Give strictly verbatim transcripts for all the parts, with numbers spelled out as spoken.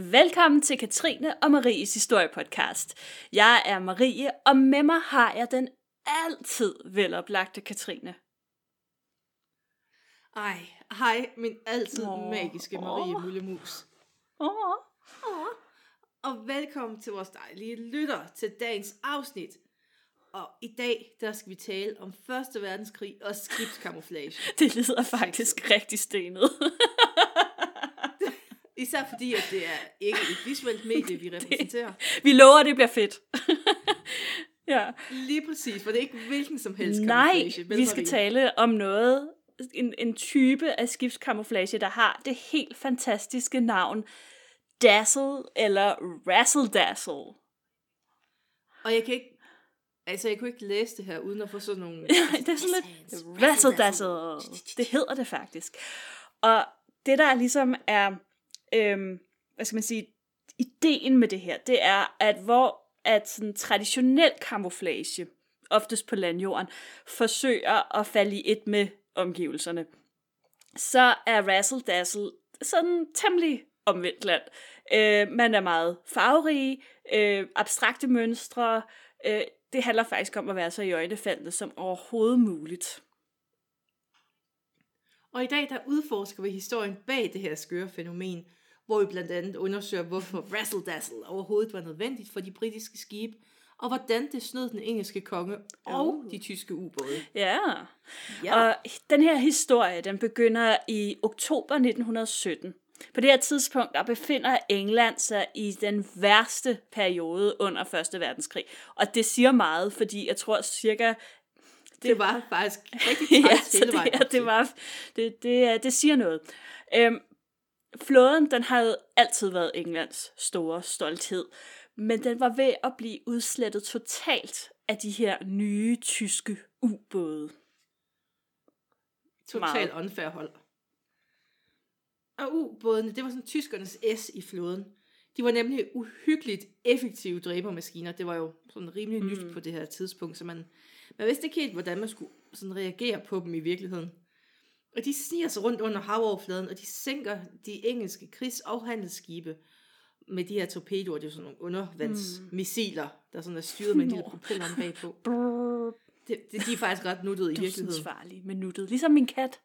Velkommen til Katrine og Maries historiepodcast. Jeg er Marie, og med mig har jeg den altid veloplagte Katrine. Ej, hej, min altid Åh, magiske Marie åh. Mullemus. Åh. Åh. Og velkommen til vores dejlige lytter til dagens afsnit. Og i dag, der skal vi tale om første verdenskrig og skibskamuflage. Det lyder faktisk rigtig stenet. Især fordi, at det er ikke et visuelt medie, vi repræsenterer. Det, vi lover, at det bliver fedt. Ja. Lige præcis, for det er ikke hvilken som helst Nej, kamuflage. Vel, vi skal Marie? tale om noget, en, en type af skibskamuflage, der har det helt fantastiske navn Dazzle eller Razzle Dazzle. Og jeg kan ikke, altså jeg kunne ikke læse det her, uden at få sådan nogle... Det er sådan lidt Razzle Dazzle. Det hedder det faktisk. Og det der ligesom er, øhm, hvad skal man sige, ideen med det her, det er, at hvor at sådan traditionel camouflage, oftest på landjorden, forsøger at falde i et med omgivelserne, så er Razzle Dazzle sådan temmelig omvendt land. Øh, man er meget farverig, øh, abstrakte mønstre. Øh, det handler faktisk om at være så iøjnefaldende som overhovedet muligt. Og i dag, der udforsker vi historien bag det her skøre fænomen, hvor vi blandt andet undersøger, hvorfor Razzle Dazzle overhovedet var nødvendigt for de britiske skibe, og hvordan det snød den engelske konge og Uh. de tyske ubåde. Ja. Ja. Og den her historie, den begynder i oktober nitten sytten. På det her tidspunkt, der befinder England sig i den værste periode under første verdenskrig. Og det siger meget, fordi jeg tror cirka... Det, det var faktisk rigtig ja, træls så hele vejen. det, er, det, var, det, det, det siger noget. Øhm, flåden, den havde altid været Englands store stolthed, men den var ved at blive udslettet totalt af de her nye tyske ubåde. Totalt unfair hold. Og ubådene, det var sådan tyskernes S i flåden. De var nemlig uhyggeligt effektive dræbermaskiner. Det var jo sådan rimelig nyt mm. på det her tidspunkt, så man, man vidste ikke helt, hvordan man skulle sådan reagere på dem i virkeligheden. Og de sniger sig rundt under havoverfladen, og de sænker de engelske krigs- og handelsskibe med de her torpedoer. Det er jo sådan nogle undervandsmissiler, der sådan er styret med en lille propeller bagpå. Det, det, de er faktisk ret nuttede i virkeligheden. Det er farlige, men nuttede. Ligesom min kat.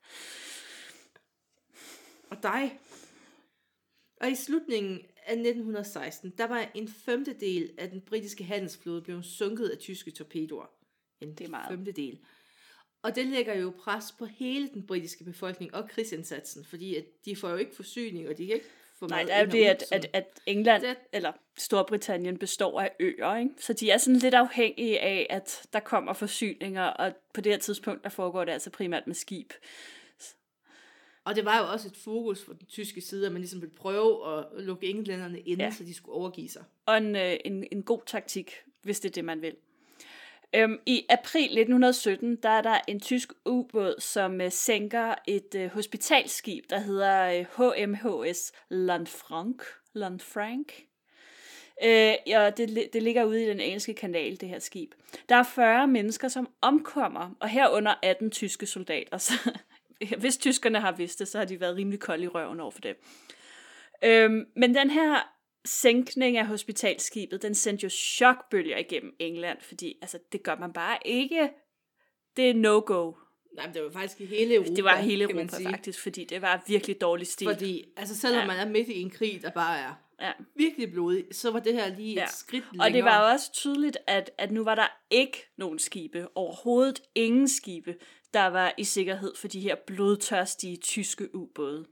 Og dig. Og i slutningen af nitten seksten, der var en femtedel af den britiske handelsflåde blevet sunket af tyske torpedoer. En Det er meget. femtedel. Og det lægger jo pres på hele den britiske befolkning og krigsindsatsen, fordi at de får jo ikke forsyning, og de kan ikke få Nej, mad det er jo ind og det, ud, at, så- at, at England, Det- eller Storbritannien, består af øer, ikke? Så de er sådan lidt afhængige af, at der kommer forsyninger, og på det her tidspunkt, der foregår det altså primært med skib. Og det var jo også et fokus fra den tyske side, at man ligesom ville prøve at lukke englænderne inde, Ja. ja. så de skulle overgive sig. Og en, øh, en, en god taktik, hvis det er det, man vil. Øhm, I april nitten sytten, der er der en tysk ubåd, som øh, sænker et øh, hospitalskib, der hedder øh, H M H S Lanfranc. Lanfranc. Øh, ja, det, li- det ligger ude i den engelske kanal, det her skib. Der er fyrre mennesker, som omkommer, og herunder atten tyske soldater. Så hvis tyskerne har vidst det, så har de været rimelig kolde i røven over for det. Øhm, men den her sænkning af hospitalskibet, den sendte jo chokbølger igennem England, fordi altså, det gør man bare ikke. Det er no-go. Nej, men det var faktisk i hele Europa, Det var hele kan man Europa sige. faktisk, fordi det var virkelig dårlig stil. Fordi, altså selvom Ja. ja. man er midt i en krig, der bare er Ja. virkelig blodig, så var det her lige Ja. et skridt længere. Og det var jo også tydeligt, at, at nu var der ikke nogen skibe, overhovedet ingen skibe, der var i sikkerhed for de her blodtørstige tyske ubåde.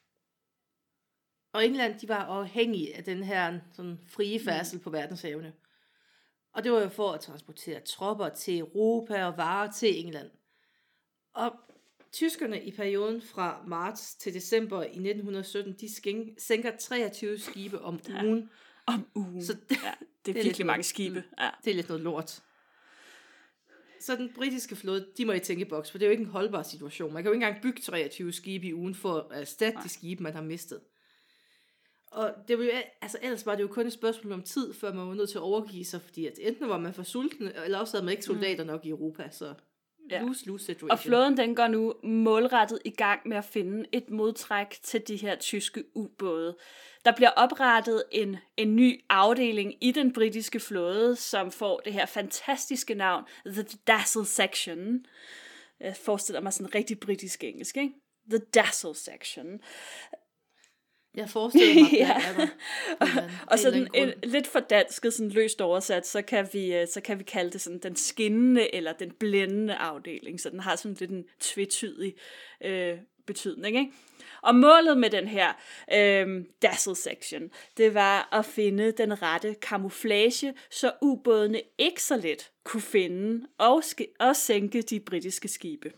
Og England, de var afhængige af den her sådan, frie færdsel mm. på verdenshavene. Og det var jo for at transportere tropper til Europa og varer til England. Og tyskerne i perioden fra marts til december i nitten sytten, de skæng- sænker treogtyve skibe om Ja. ugen. Om ugen. Så Så det, det, ja, det er det er virkelig lidt mange noget- skibe. Ja. det er lidt noget lort. Så den britiske flåde, de må i tænkeboks, for det er jo ikke en holdbar situation. Man kan jo ikke engang bygge treogtyve skibe i ugen for at erstatte de skibe, man har mistet. Og det var jo, altså ellers var det jo kun et spørgsmål om tid, før man var nødt til at overgive sig, fordi at enten var man for sulten, eller også havde man ikke soldater nok i Europa, så Ja. Lose-lose situation. Og flåden den går nu målrettet i gang med at finde et modtræk til de her tyske ubåde. Der bliver oprettet en, en ny afdeling i den britiske flåde, som får det her fantastiske navn, The Dazzle Section. Jeg forestiller mig sådan rigtig britisk engelsk, ikke? The Dazzle Section. Jeg forestiller mig, ja. at der er og sådan en, lidt for dansket, sådan løst oversat, så kan vi så kan vi kalde det sådan den skinnende eller den blændende afdeling, så den har sådan lidt en tvetydig øh, betydning, ikke? Og målet med den her øh, dazzle section, det var at finde den rette camouflage, så ubådene ikke så let kunne finde og, sk- og sænke de britiske skibe.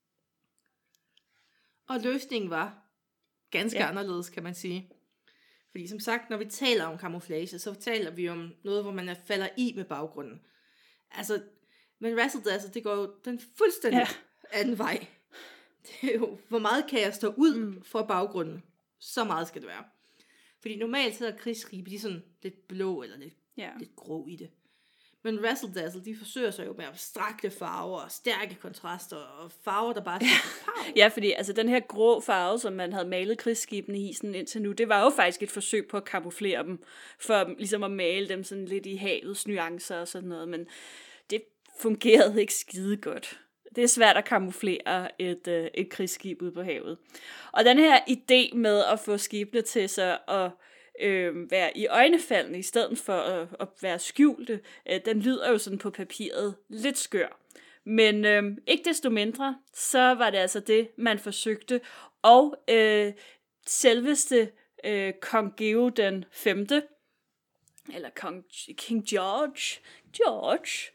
Og løsningen var ganske ja. anderledes, kan man sige. Fordi som sagt, når vi taler om camouflage, så taler vi om noget, hvor man falder i med baggrunden. Altså, men razzle-dazzle, det går jo den fuldstændig ja. anden vej. Det er jo, hvor meget kan jeg stå ud mm. for baggrunden? Så meget skal det være. Fordi normalt så er krigsskibe, de er sådan lidt blå eller lidt, ja. lidt grå i det. Men razzle-dazzle, de forsøger sig jo med abstrakte farver og stærke kontraster og farver, der bare siger, ja, fordi altså den her grå farve, som man havde malet krigsskibene i sådan indtil nu, det var jo faktisk et forsøg på at kamuflere dem, for ligesom at male dem sådan lidt i havets nuancer og sådan noget, men det fungerede ikke skide godt. Det er svært at kamuflere et, øh, et krigsskib ude på havet. Og den her idé med at få skibene til sig at øh, være i øjnefaldene i stedet for at, at være skjulte, øh, den lyder jo sådan på papiret lidt skør. Men øh, ikke desto mindre, så var det altså det, man forsøgte. Og øh, selveste øh, kong Geo den femte, eller kong King George, George,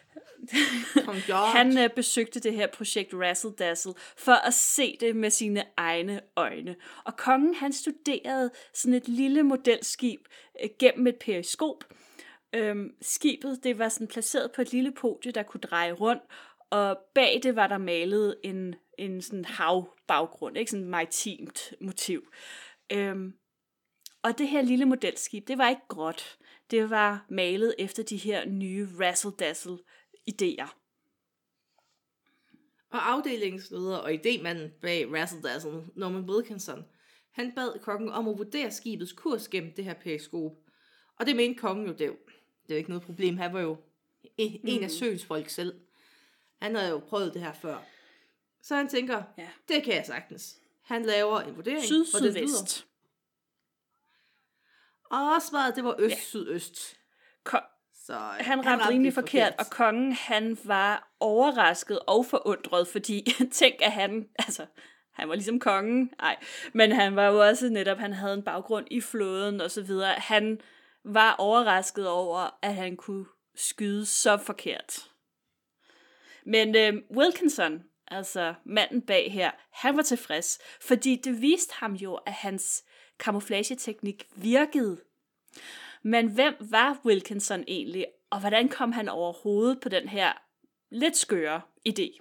han øh, besøgte det her projekt Razzle-Dazzle for at se det med sine egne øjne. Og kongen han studerede sådan et lille modelskib øh, gennem et periskop. Øhm, skibet det var sådan placeret på et lille podie, der kunne dreje rundt, og bag det var der malet en, en sådan havbaggrund, ikke sådan et maritimt motiv. Øhm, og det her lille modelskib, det var ikke gråt. Det var malet efter de her nye Razzle-Dazzle idéer. Og afdelingsleder og idémanden bag Razzle-Dazzle, Norman Wilkinson, han bad kongen om at vurdere skibets kurs gennem det her periskop. Og det mente kongen jo, det er jo, det er jo ikke noget problem. Han var jo en mm. af søens folk selv. Han havde jo prøvet det her før. Så han tænker, ja. det kan jeg sagtens. Han laver en vurdering. Syd-sydvest. Og svaret, det var øst-sydøst. Ko- Så han ramte rimelig forkert, forkert, og kongen, han var overrasket og forundret, fordi tænk, at han, altså, han var ligesom kongen, nej, men han var jo også netop, han havde en baggrund i flåden og så videre. Han var overrasket over, at han kunne skyde så forkert. Men øh, Wilkinson, altså manden bag her, han var tilfreds, fordi det viste ham jo, at hans camouflageteknik virkede. Men hvem var Wilkinson egentlig, og hvordan kom han overhovedet på den her lidt skøre idé?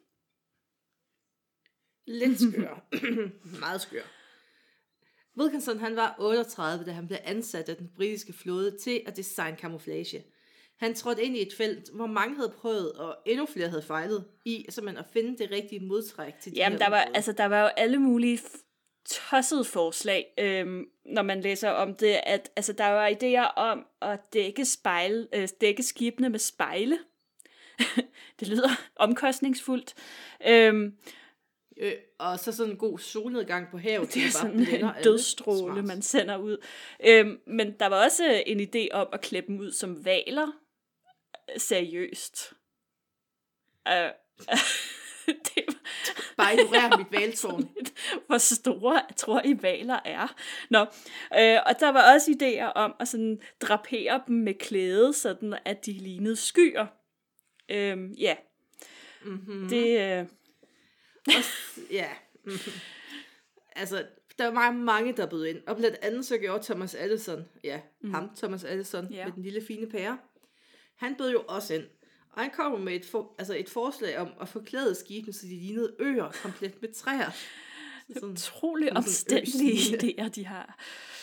Lidt skør. Meget skør. Wilkinson han var otteogtredive, da han blev ansat af den britiske flåde til at designe camouflage. Han trådte ind i et felt, hvor mange havde prøvet, og endnu flere havde fejlet i simpelthen at finde det rigtige modtræk til de Jamen, her der var, altså, der var jo alle mulige tossede forslag, øhm, når man læser om det, at altså, der var idéer om at dække, spejle, øh, dække skibene med spejle. Det lyder omkostningsfuldt. Øhm, øh, og så sådan en god solnedgang på havet. Det er sådan en dødsstråle, man sender ud. Øhm, men der var også en idé om at klæde dem ud som hvaler. Seriøst. Øh, det var bare ignorer mit hvaltårn. Hvor store jeg tror I hvaler er. Nå, øh, og der var også idéer om at sådan drapere dem med klæde, sådan at de lignede skyer. Øhm, ja. Mm-hmm. Det øh... ja. Mm-hmm. Altså, der var mange, mange, der bød ind. Og blandt andet så gjorde Thomas Edison, ja, mm. ham, Thomas Edison, yeah. med den lille fine pære. Han bød jo også ind. Og han kommer med et, for, altså et forslag om at forklæde skibene, så de lignede øer komplet med træer. Det er utrolig omstændelige idéer, de har.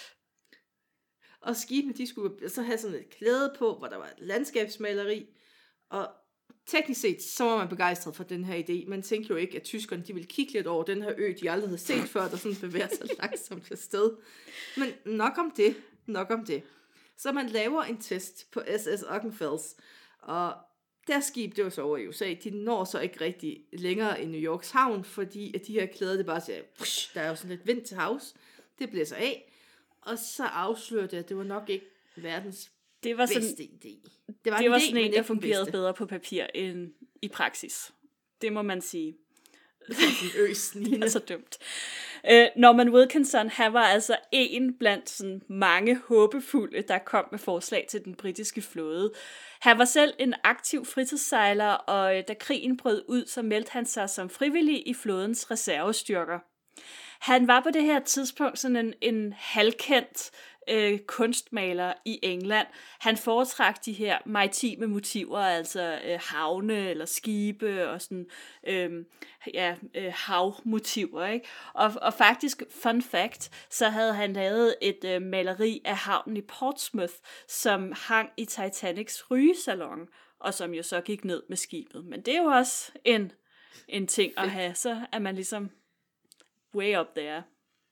Og skibene, de skulle så have sådan et klæde på, hvor der var et landskabsmaleri. Og teknisk set, så var man begejstret for den her idé. Man tænkte jo ikke, at tyskerne de ville kigge lidt over den her ø, de aldrig havde set før, der sådan bevæger sig langsomt afsted. Men nok om det, nok om det. Så man laver en test på S S Ockenfels, og deres skib, det var så over i U S A, de når så ikke rigtig længere i New Yorks havn, fordi at de her klæder, det bare siger, push, der er jo sådan lidt vind til havs, det blæser af, og så afslører det, at det var nok ikke verdens det var sådan, bedste idé. Det var, det en, var idé, sådan en, der fungerede bedste. bedre på papir end i praksis. Det må man sige. Det er så dumt. Uh, Norman Wilkinson, han var altså en blandt sådan mange håbefulde, der kom med forslag til den britiske flåde. Han var selv en aktiv fritidssejler, og uh, da krigen brød ud, så meldte han sig som frivillig i flådens reservestyrker. Han var på det her tidspunkt sådan en, en halvkendt øh, kunstmaler i England. Han foretrak de her maritime motiver, altså øh, havne eller skibe og sådan øh, ja, øh, havmotiver, ikke? Og, og faktisk, fun fact, så havde han lavet et øh, maleri af havnen i Portsmouth, som hang i Titanics rygesalon, og som jo så gik ned med skibet. Men det er jo også en, en ting at have, så er man ligesom way up there.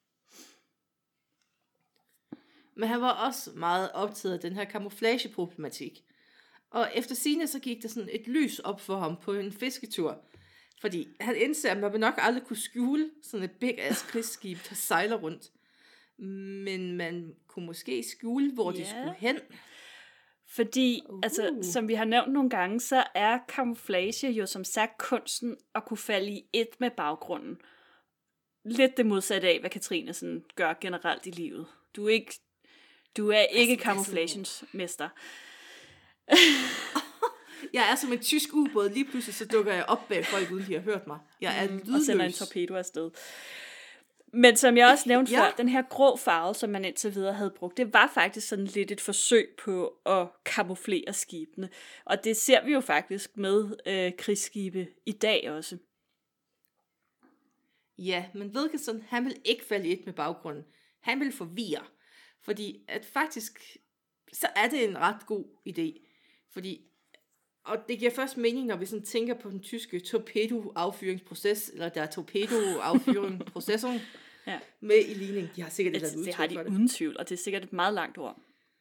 Men han var også meget optaget af den her camouflageproblematik. Og efter sigende så gik der sådan et lys op for ham på en fisketur. Fordi han indser, at man vil nok aldrig kunne skjule sådan et big ass krigsskib, der sejler rundt. Men man kunne måske skjule, hvor yeah. de skulle hen. Fordi, uh. altså, som vi har nævnt nogle gange, så er camouflage jo som sagt kunsten at kunne falde i et med baggrunden. Lidt det modsatte af, hvad Katrine sådan gør generelt i livet. Du er ikke, du er ikke altså, camouflagens mester. Jeg er som en tysk ubåd. Lige pludselig så dukker jeg op bag folk, uden de har hørt mig. Jeg er lydløs. Og sender en torpedo afsted. Men som jeg også nævnte ja. før, den her grå farve, som man indtil videre havde brugt, det var faktisk sådan lidt et forsøg på at camouflere skibene. Og det ser vi jo faktisk med øh, krigsskibe i dag også. Ja, men Wilkinson, han vil ikke falde i et med baggrunden. Han vil forvirre. Fordi at faktisk, så er det en ret god idé. Fordi, og det giver først mening, når vi sådan tænker på den tyske torpedoaffyringsproces, eller der er torpedoaffyringsprocessen ja. med i ligning. De har sikkert et eller andet udtryk for det. Det har de uden tvivl, og det er sikkert et meget langt ord.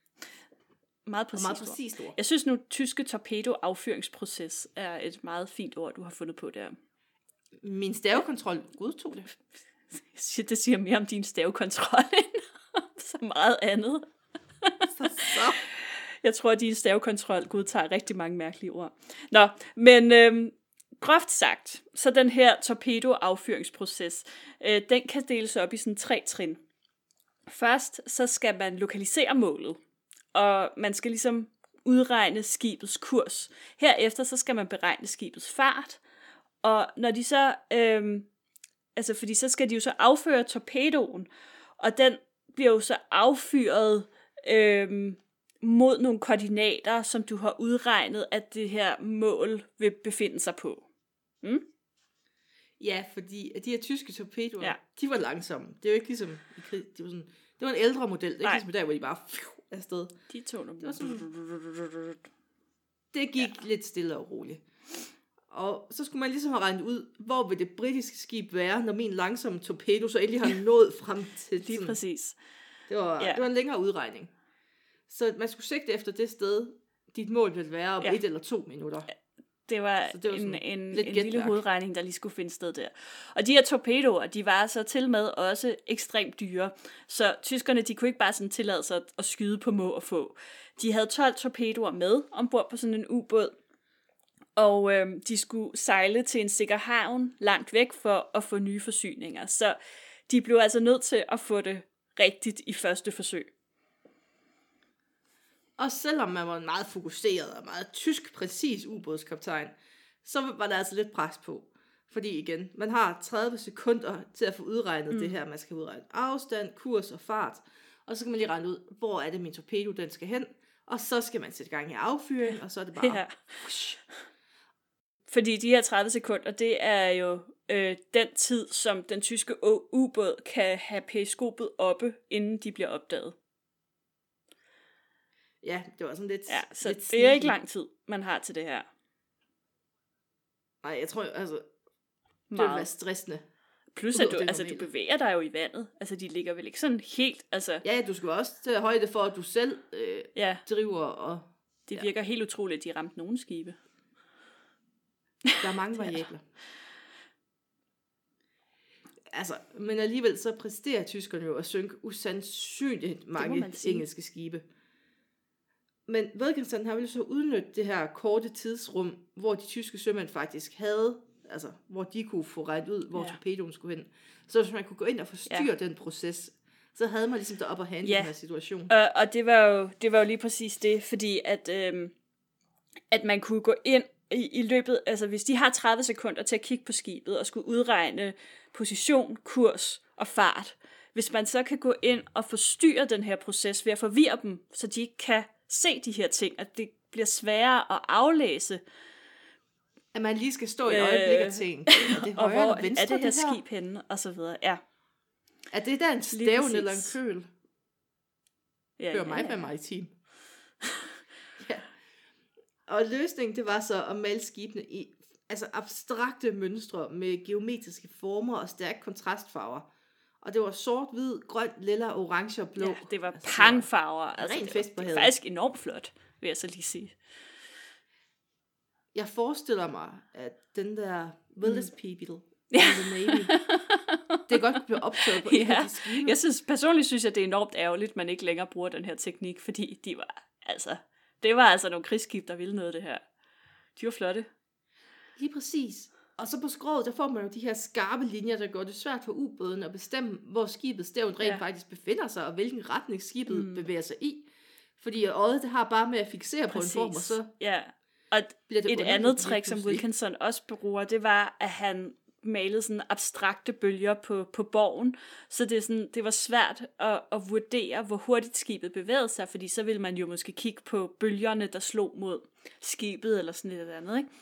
Meget præcist, meget præcist ord. ord. Jeg synes nu, tyske torpedoaffyringsproces er et meget fint ord, du har fundet på der. Min stavekontrol godtog det. Det siger mere om din stavekontrol end så meget andet. Så, så. Jeg tror, at din stavekontrol godtager rigtig mange mærkelige ord. Nå, men øhm, groft sagt, så den her torpedoaffyringsproces, øh, den kan deles op i sådan tre trin. Først så skal man lokalisere målet, og man skal ligesom udregne skibets kurs. Herefter så skal man beregne skibets fart, og når de så, øhm, altså fordi så skal de jo så afføre torpedoen, og den bliver jo så affyret øhm, mod nogle koordinater, som du har udregnet, at det her mål vil befinde sig på. Mm? Ja, fordi de her tyske torpedoer, ja. de var langsomme. Det er jo ikke ligesom i krig. Det var, sådan, det var en ældre model. Det er ikke ligesom der, hvor de bare er afsted. De tog dem. Det, sådan, det gik ja. lidt stille og roligt. Og så skulle man ligesom have regnet ud, hvor vil det britiske skib være, når min langsomme torpedo så endelig har nået frem til. Lige sådan. Præcis. Det var, ja. det var en længere udregning. Så man skulle sigte efter det sted, dit mål ville være om ja. et eller to minutter. Det var, det var en, en, en lille hovedregning, der lige skulle finde sted der. Og de her torpedoer, de var så til med også ekstremt dyre. Så tyskerne, de kunne ikke bare sådan tillade sig at skyde på må og få. De havde tolv torpedoer med ombord på sådan en ubåd. Og øh, de skulle sejle til en sikker havn langt væk for at få nye forsyninger. Så de blev altså nødt til at få det rigtigt i første forsøg. Og selvom man var en meget fokuseret og meget tysk præcis ubådskaptajn, så var der altså lidt pres på. Fordi igen, man har tredive sekunder til at få udregnet mm. det her. Man skal udregne afstand, kurs og fart. Og så kan man lige regne ud, hvor er det min torpedo, den skal hen. Og så skal man sætte gang i affyring, og så er det bare... Ja. Fordi de her tredive sekunder, det er jo øh, den tid, som den tyske ubåd kan have periskopet oppe, inden de bliver opdaget. Ja, det var sådan lidt... Ja, så lidt det er ikke lang tid, man har til det her. Nej, jeg tror, altså, det Meget. ville være stressende. Plus, at du, altså, du bevæger dig jo i vandet. Altså, de ligger vel ikke sådan helt, altså... Ja, du skal også tage højde for, at du selv øh, ja. driver og... Det virker ja. helt utroligt, at de ramte nogle skibe. Der er mange variabler. Altså, men alligevel så præsterer tyskerne jo at synke usandsynligt mange engelske skibe. Men Wilkinson har ville så udnyttet det her korte tidsrum, hvor de tyske sømænd faktisk havde, altså hvor de kunne få regnet ud, hvor ja. torpedoen skulle hen. Så hvis man kunne gå ind og forstyrre ja. den proces, så havde man ligesom der op og hand i ja. den her situation. Og, og det var jo det var jo lige præcis det, fordi at øhm, at man kunne gå ind i, i løbet, altså hvis de har tredive sekunder til at kigge på skibet og skulle udregne position, kurs og fart. Hvis man så kan gå ind og forstyrre den her proces ved at forvirre dem, så de ikke kan se de her ting, at det bliver sværere at aflæse. At man lige skal stå i øjeblik og tænke, er det højre eller venstre, er det her det her skib henne, og så videre, ja. Er det der en stævn eller en køl? Ja, Hør ja, mig ja. være maritim. ja. Og løsningen, det var så at male skibene i altså abstrakte mønstre med geometriske former og stærke kontrastfarver. Og det var sort, hvid, grøn, lilla, orange og blå. Ja, det var altså, pangfarver. Altså, ren det, fest var, på det var faktisk enormt flot, vil jeg så lige sige. Jeg forestiller mig, at den der Willis mm. People ja. Navy, det godt kunne blive optaget på ja. en af de skibe. Jeg synes, personligt synes jeg, det er enormt ærgerligt, at man ikke længere bruger den her teknik, fordi de var, altså, det var altså nogle krigsskib, der ville noget af det her. De var flotte. Lige præcis. Og så på skroget, der får man jo de her skarpe linjer, der gør det svært for ubåden at bestemme, hvor skibets stævn rent ja. faktisk befinder sig, og hvilken retning skibet mm. bevæger sig i. Fordi øjet, det har bare med at fixere Præcis. på en form, og så ja. Og et andet trick, som Wilkinson også bruger, det var, at han malede sådan abstrakte bølger på, på borgen, så det, er sådan, det var svært at, at vurdere, hvor hurtigt skibet bevægede sig, fordi så ville man jo måske kigge på bølgerne, der slog mod skibet, eller sådan et eller andet, ikke?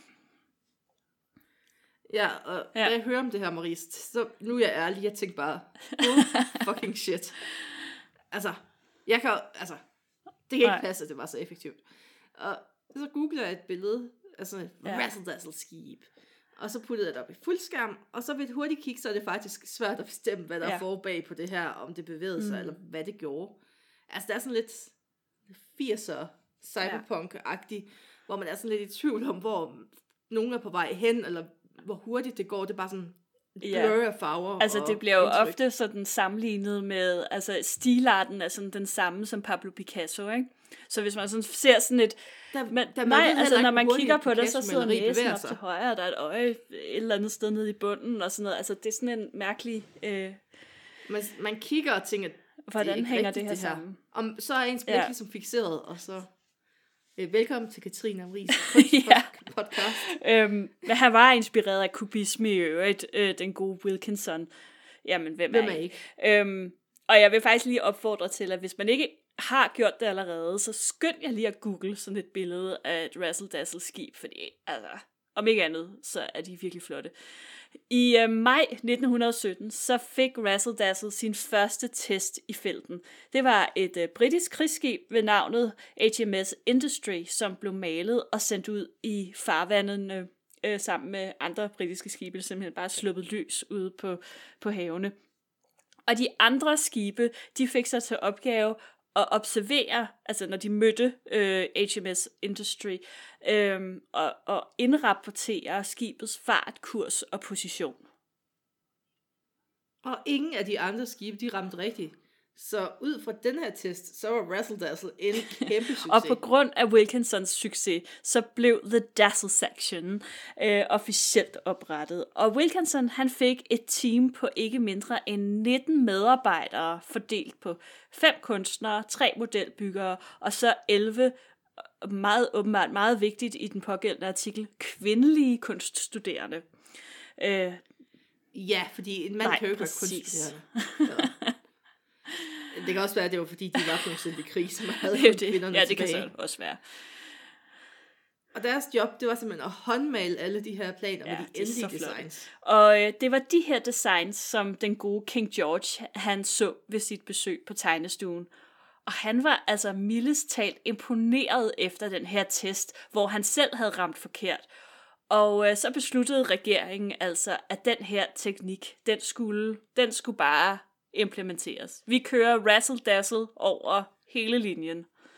Ja, og ja. da jeg hører om det her, Maurice, så nu er jeg ærlig, jeg tænkte bare, oh fucking shit. Altså, jeg kan altså, det kan ikke Nej. passe, at det var så effektivt. Og så googler jeg et billede af sådan et ja. razzle-dazzle-skib, og så puttede jeg det op i fuldskærm, og så ved et hurtigt kig, så er det faktisk svært at bestemme, hvad der ja. er forbag på det her, om det bevægede sig, mm. eller hvad det gjorde. Altså, der er sådan lidt firser cyberpunk-agtigt, ja. hvor man er sådan lidt i tvivl om, hvor nogen er på vej hen, eller hvor hurtigt det går. Det er bare sådan blur af farver. Altså, det bliver jo indtryk. ofte sådan sammenlignet med, altså stilarten er sådan den samme som Pablo Picasso, ikke? Så hvis man sådan ser sådan et, der, men, der nej, altså når man kigger på det, så sidder næsen op til højre, og der er et øje et eller andet sted nede i bunden, og sådan noget. Altså, det er sådan en mærkelig... Øh, man, man kigger og tænker, hvordan det hænger rigtigt, det her, det her sammen? Om, så er ens blik ja. ligesom fikseret, og så... Øh, velkommen til Katrine Amris ja. podcast. øhm, men han var inspireret af kubisme i øvrigt, øh, den gode Wilkinson. Jamen, hvem, hvem er ikke? ikke? Øhm, og jeg vil faktisk lige opfordre til, at hvis man ikke har gjort det allerede, så skynd jeg lige at google sådan et billede af et razzle-dazzle skib, fordi altså, om ikke andet, så er de virkelig flotte. I øh, maj nitten sytten, så fik Razzle Dazzle sin første test i felten. Det var et øh, britisk krigsskib ved navnet H M S Industry, som blev malet og sendt ud i farvandene øh, sammen med andre britiske skibe, simpelthen bare sluppet løs ude på, på havene. Og de andre skibe, de fik så til opgave at observere, altså når de mødte øh, H M S Industry, øh, og, og indrapportere skibets fart, kurs og position. Og ingen af de andre skibe, de ramte rigtigt. Så ud fra den her test, så var Razzle Dazzle en kæmpe succes. Og på grund af Wilkinsons succes, så blev The Dazzle Section øh, officielt oprettet. Og Wilkinson, han fik et team på ikke mindre end nitten medarbejdere, fordelt på fem kunstnere, tre modelbyggere, og så elleve, meget åbenbart meget vigtigt i den pågældende artikel, kvindelige kunststuderende. Øh, ja, fordi en mand kan jo ikke være kunststuderende. Ja. Det kan også være, at det var fordi, de var pludselig i krig, som havde det, kvinderne ja, det tilbage. kan så også være. Og deres job, det var simpelthen at håndmale alle de her planer ja, med de endelige designs. Og øh, det var de her designs, som den gode King George, han så ved sit besøg på tegnestuen. Og han var altså mildest talt imponeret efter den her test, hvor han selv havde ramt forkert. Og øh, så besluttede regeringen altså, at den her teknik, den skulle, den skulle bare implementeres. Vi kører razzle-dazzle over hele linjen.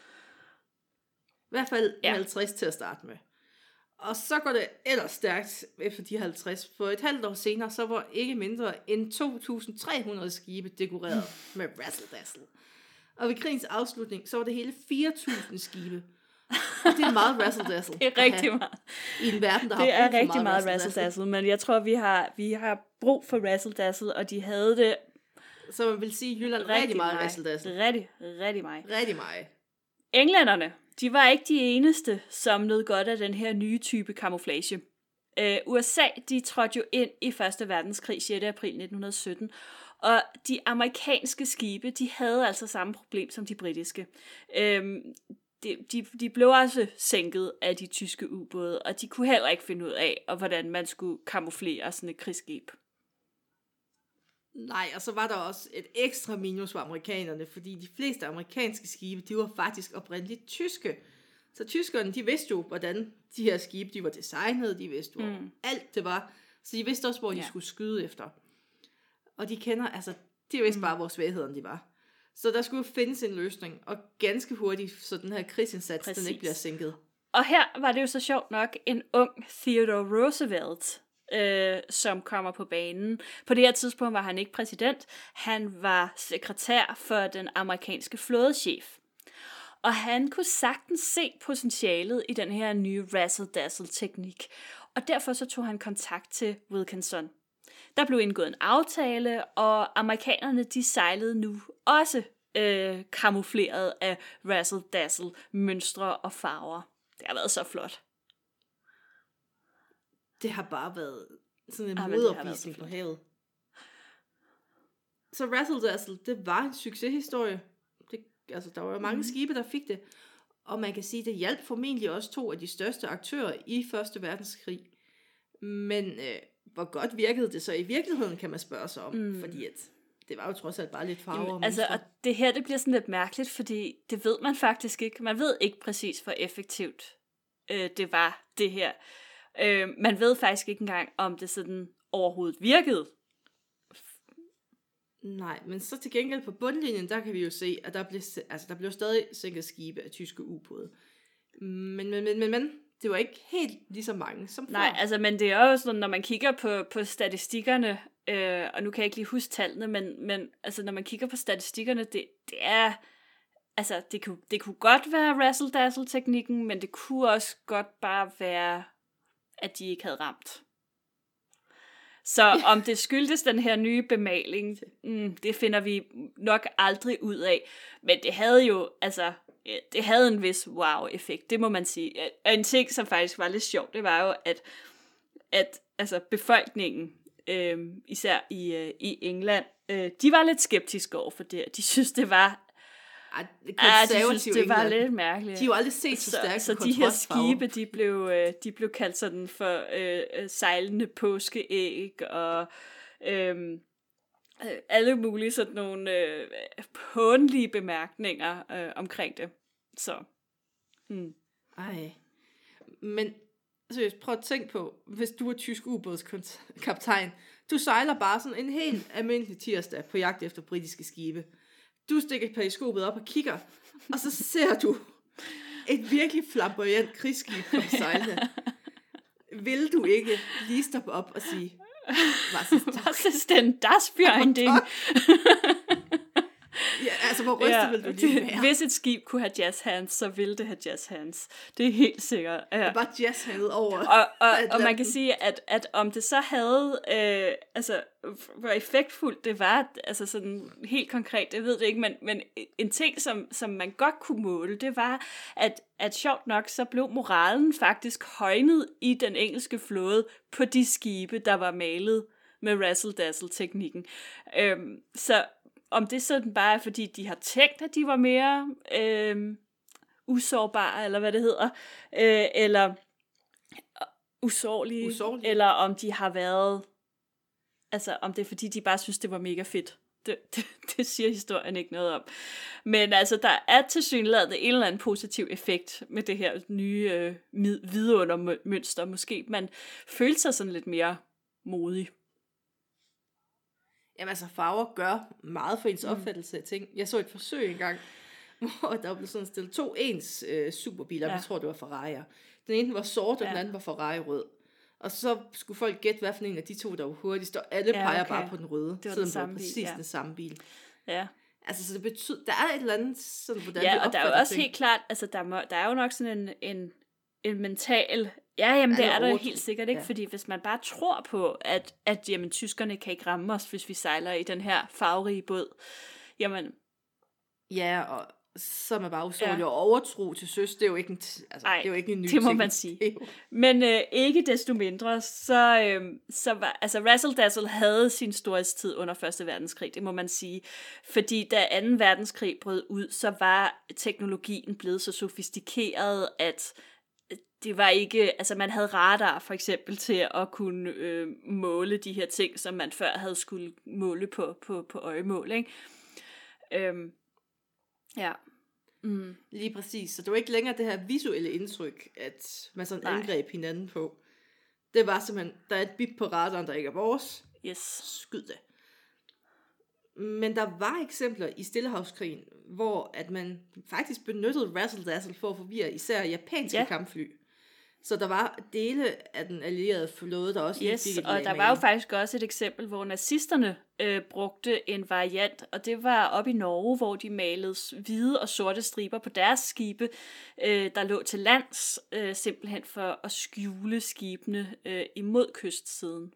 I hvert fald Ja. halvtreds til at starte med. Og så går det ellers stærkt efter de halvtreds. For et halvt år senere, så var ikke mindre end to tusind tre hundrede skibe dekoreret med razzle-dazzle. Og ved krigens afslutning, så var det hele fire tusind skibe. Og det er meget razzle-dazzle. Det er rigtig meget. I en verden, der har Det brug er for rigtig meget razzle-dazzle. razzle-dazzle, men jeg tror, vi har, vi har brug for razzle-dazzle, og de havde det Så man vil sige, Jylland rigtig, rigtig meget razzle-dazzle. Rigtig, rigtig meget. Rigtig meget. Englænderne, de var ikke de eneste, som nød godt af den her nye type camouflage. Øh, U S A, de trådte jo ind i første verdenskrig sjette april nitten sytten, og de amerikanske skibe, de havde altså samme problem som de britiske. Øh, de, de, de blev også sænket af de tyske ubåde, og de kunne heller ikke finde ud af, og hvordan man skulle camouflere sådan et krigsskib. Nej, og så var der også et ekstra minus for amerikanerne, fordi de fleste amerikanske skibe, de var faktisk oprindeligt tyske. Så tyskerne, de vidste jo, hvordan de her skibe, de var designet, de vidste, hvor mm. alt det var. Så de vidste også, hvor de ja. skulle skyde efter. Og de kender, altså, de vidste mm. bare, hvor svaghederne de var. Så der skulle findes en løsning, og ganske hurtigt, så den her krigsindsats, Præcis. den ikke bliver sænket. Og her var det jo så sjovt nok en ung Theodore Roosevelt, Øh, som kommer på banen. På det her tidspunkt var han ikke præsident, han var sekretær for den amerikanske flådechef. Og han kunne sagtens se potentialet i den her nye razzle-dazzle-teknik, og derfor så tog han kontakt til Wilkinson. Der blev indgået en aftale, og amerikanerne de sejlede nu også øh, kamufleret af razzle-dazzle, mønstre og farver. Det har været så flot. Det har bare været sådan en ah, modopvisning på havet. Så razzle-dazzle, det var en succeshistorie. Det, altså, der var jo mange mm. skibe, der fik det. Og man kan sige, det hjalp formentlig også to af de største aktører i første verdenskrig. Men øh, hvor godt virkede det så i virkeligheden, kan man spørge sig om. Mm. Fordi at det var jo trods alt bare lidt farver. Jamen, altså, og det her, det bliver sådan lidt mærkeligt, fordi det ved man faktisk ikke. Man ved ikke præcis, hvor effektivt øh, det var, det her. Øh, man ved faktisk ikke engang, om det sådan overhovedet virkede. Nej, men så til gengæld på bundlinjen, der kan vi jo se, at der blev, altså, der blev stadig sænket skibe af tyske ubåde. Men, men, men, men, men, det var ikke helt lige så mange som før. Nej, altså, men det er jo sådan, når man kigger på, på statistikkerne, øh, og nu kan jeg ikke lige huske tallene, men, men altså, når man kigger på statistikkerne, det, det er, altså, det kunne, det kunne godt være razzle-dazzle-teknikken, men det kunne også godt bare være, at de ikke havde ramt. Så om det skyldtes den her nye bemaling, mm, det finder vi nok aldrig ud af. Men det havde jo, altså, det havde en vis wow-effekt, det må man sige. Og en ting, som faktisk var lidt sjovt, det var jo, at, at altså, befolkningen, øh, især i, øh, i England, øh, de var lidt skeptiske over for det. De synes, det var Ej, det, ah, de synes, det var lidt mærkeligt. De har jo aldrig set så stærke Så, så de her skibe, de blev, de blev kaldt sådan for øh, sejlende påskeæg, og øh, alle mulige sådan nogle øh, hånlige bemærkninger øh, omkring det. Så. Hmm. Ej. Men seriøst, prøv at tænke på, hvis du er tysk ubådskaptajn, du sejler bare sådan en helt almindelig tirsdag på jagt efter britiske skibe. Du stikker periskopet op og kigger, og så ser du et virkelig flamboyant krigsskib komme sejlende. Vil du ikke lige stoppe op og sige, was ist denn das für ein Ding? Ja, altså, hvor rystet ja, vil du lige være? Hvis et skib kunne have jazz hands, så ville det have jazz hands. Det er helt sikkert. Ja. Bare jazz hands over. Og, og, og man kan sige, at, at om det så havde, øh, altså, hvor effektfuldt det var, altså sådan helt konkret, det ved det ikke, men, men en ting, som, som man godt kunne måle, det var, at, at sjovt nok, så blev moralen faktisk højnet i den engelske flåde på de skibe, der var malet med razzle-dazzle-teknikken. Øhm, så om det sådan bare er, fordi de har tænkt, at de var mere øh, usårbare, eller hvad det hedder, øh, eller usårlige, usårlige, eller om de har været, altså om det er, fordi de bare synes, det var mega fedt. det, det, det siger historien ikke noget om. Men altså, der er tilsyneladende en eller anden positiv effekt med det her nye øh, vidundermønster. Måske man føler sig sådan lidt mere modig. Jamen altså, farver gør meget for ens mm. opfattelse af ting. Jeg så et forsøg engang, hvor der blev sådan stillet to ens øh, superbiler. Ja. Jeg tror, det var Ferrari'er. Den ene var sort, og ja. den anden var Ferrari rød. Og så skulle folk gætte, hvad for en af de to, der var hurtigst, og alle ja, peger okay. bare på den røde. Det var den samme bil, præcis ja. den samme bil. Ja. Altså, så det betyder, der er et eller andet, sådan, hvordan ja, vi og der er jo også ting. helt klart, altså der, må, der er jo nok sådan en, en, en mental, ja, jamen det er der helt sikkert ikke, ja. Fordi hvis man bare tror på, at, at jamen, tyskerne kan ikke ramme os, hvis vi sejler i den her farverige båd, jamen... Ja, og så er man bare usårlig ja. og overtro til søs, det er jo ikke en, altså, Ej, det er jo ikke en ny det må ting. man sige. Men øh, ikke desto mindre, så, øh, så var, altså Razzle Dazzle havde sin storhedstid under første verdenskrig, det må man sige. Fordi da anden verdenskrig brød ud, så var teknologien blevet så sofistikeret, at det var ikke, altså man havde radar for eksempel til at kunne øh, måle de her ting, som man før havde skulle måle på, på, på øjemål, ikke? Øhm, ja. Mm. Lige præcis. Så det var ikke længere det her visuelle indtryk, at man sådan Nej. angreb hinanden på. Det var simpelthen, der er et bip på radaren, der ikke er vores. Yes. Skyd det. Men der var eksempler i Stillehavskrigen, hvor at man faktisk benyttede Razzle Dazzle for at forvirre især japanske ja. kampfly. Så der var dele af den allierede flåde, der også yes, fik et og der var jo faktisk også et eksempel, hvor nazisterne øh, brugte en variant, og det var op i Norge, hvor de malede hvide og sorte striber på deres skibe, øh, der lå til lands, øh, simpelthen for at skjule skibene øh, imod kystsiden.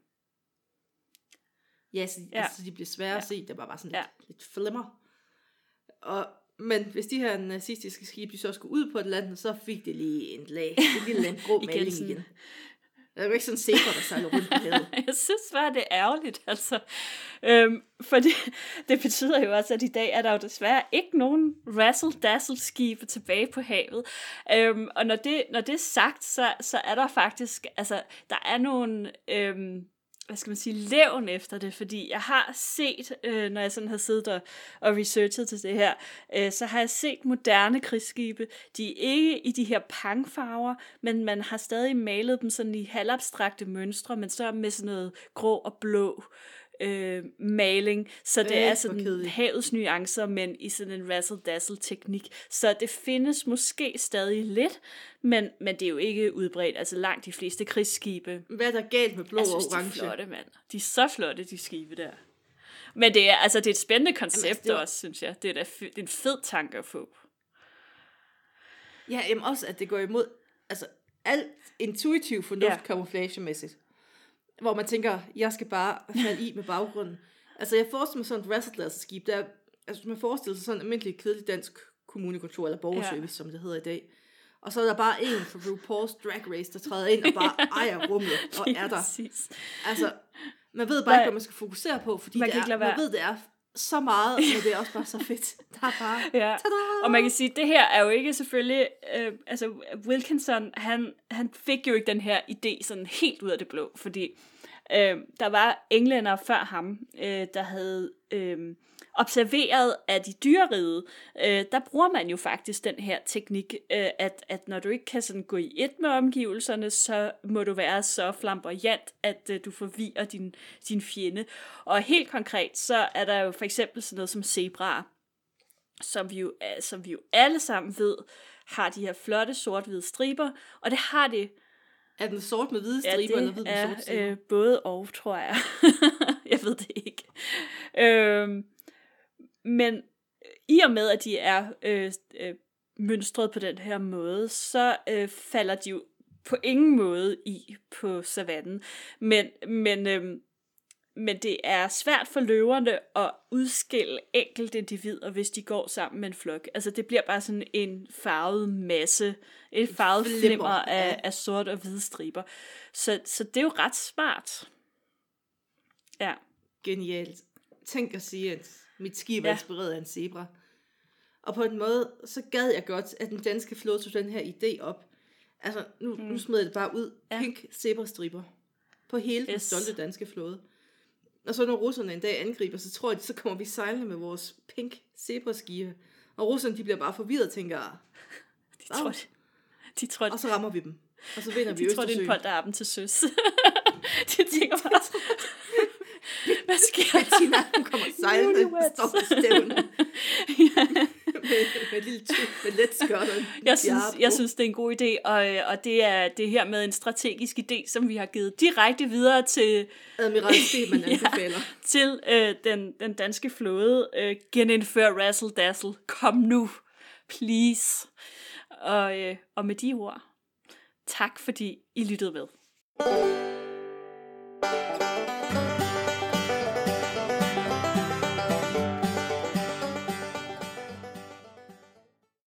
Ja, så, ja. Altså, de blev svære ja. at se, der var bare sådan ja. lidt, lidt flimmer. Og Men hvis de her nazistiske skibe, de så skulle ud på Atlanten, så fik det lige en lag. Det lille en grå maling igen. igen. Der er jo ikke sådan en zebra, der sejler rundt på havet. Jeg synes bare, det er ærgerligt, altså. Øhm, for det, det betyder jo også, at i dag er der jo desværre ikke nogen razzle-dazzle-skibe tilbage på havet. Øhm, og når det, når det er sagt, så, så er der faktisk, altså, der er nogle... Øhm, hvad skal man sige, levn efter det, fordi jeg har set, øh, når jeg sådan har siddet og, og researchet til det her, øh, så har jeg set moderne krigsskibe. De er ikke i de her pangfarver, men man har stadig malet dem sådan i halvabstrakte mønstre, men så med sådan noget grå og blå øh, maling. Så det øh, er sådan havets nuancer, men i sådan en razzle-dazzle-teknik. Så det findes måske stadig lidt, men, men det er jo ikke udbredt. Altså langt de fleste krigsskibe. Hvad er der galt med blå og orange? Jeg synes, de er flotte, mand. De er så flotte, de skibe der. Men det er, altså, det er et spændende koncept jamen, altså, også, synes jeg. Det er, da f- det er en fed tanke at få. Ja, jamen også, at det går imod altså, alt intuitiv fornuft ja. Camouflagemæssigt. Hvor man tænker, jeg skal bare falde i med baggrunden. Altså, jeg forestiller mig sådan et razzle-dazzle-skib, der, altså, man forestiller sig sådan en almindelig kedelig dansk kommunekontor, eller borgerservice, ja. som det hedder i dag. Og så er der bare en fra RuPaul's Drag Race, der træder ind og bare ejer rummet, og er der. Altså, man ved bare ikke, hvad man skal fokusere på, fordi man, det er, man ved, det er så meget, men det er også bare så fedt. Der er bare, ja. Og man kan sige, at det her er jo ikke selvfølgelig, øh, altså Wilkinson, han, han fik jo ikke den her idé sådan helt ud af det blå, fordi øh, der var englænder før ham, øh, der havde øh, observeret, at i dyreriget, øh, der bruger man jo faktisk den her teknik, øh, at, at når du ikke kan sådan gå i et med omgivelserne, så må du være så flamboyant, at øh, du forvirrer din, din fjende. Og helt konkret, så er der jo for eksempel sådan noget som zebraer, som vi jo, som vi jo alle sammen ved, har de her flotte sort-hvide striber, og det har det. Er den sort med hvide striber, ja, eller hvid med sorte striber? Øh, både og, tror jeg. Jeg ved det ikke. Øhm, men i og med, at de er øh, øh, mønstret på den her måde, så øh, falder de jo på ingen måde i på savannen. Men, men, øh, men det er svært for løverne at udskille enkelte individer, hvis de går sammen med en flok. Altså det bliver bare sådan en farvet masse, et farvet flimmer af, ja. af sort og hvide striber. Så, så det er jo ret smart. Ja. Genialt. Tænk at sige, at mit skib er ja. inspireret af en zebra. Og på en måde, så gad jeg godt, at den danske flåde tog den her idé op. Altså, nu, mm. nu smed jeg det bare ud. Ja. Pink zebra-striber. På hele yes. den stolte danske flåde. Og så når russerne en dag angriber, så tror de, så kommer vi sejlende med vores pink zebraskive. Og russerne, de bliver bare forvirret og tænker, de tror, det. De tror, og så rammer vi dem. Og så vinder de vi Østersøen. De tror, det er en polterappen til søs. De tænker bare, hvad sker der? Bettina, hun kommer sejlende og står på stævnen. med, med et lille tyk, med let skørt. Jeg synes, jeg synes, det er en god idé, og, og det er det her med en strategisk idé, som vi har givet direkte videre til Admiral Stemann anbefaler. Ja, til øh, den, den danske flåde. Øh, genindfør razzle dazzle. Kom nu, please. Og, øh, og med de ord, tak fordi I lyttede med.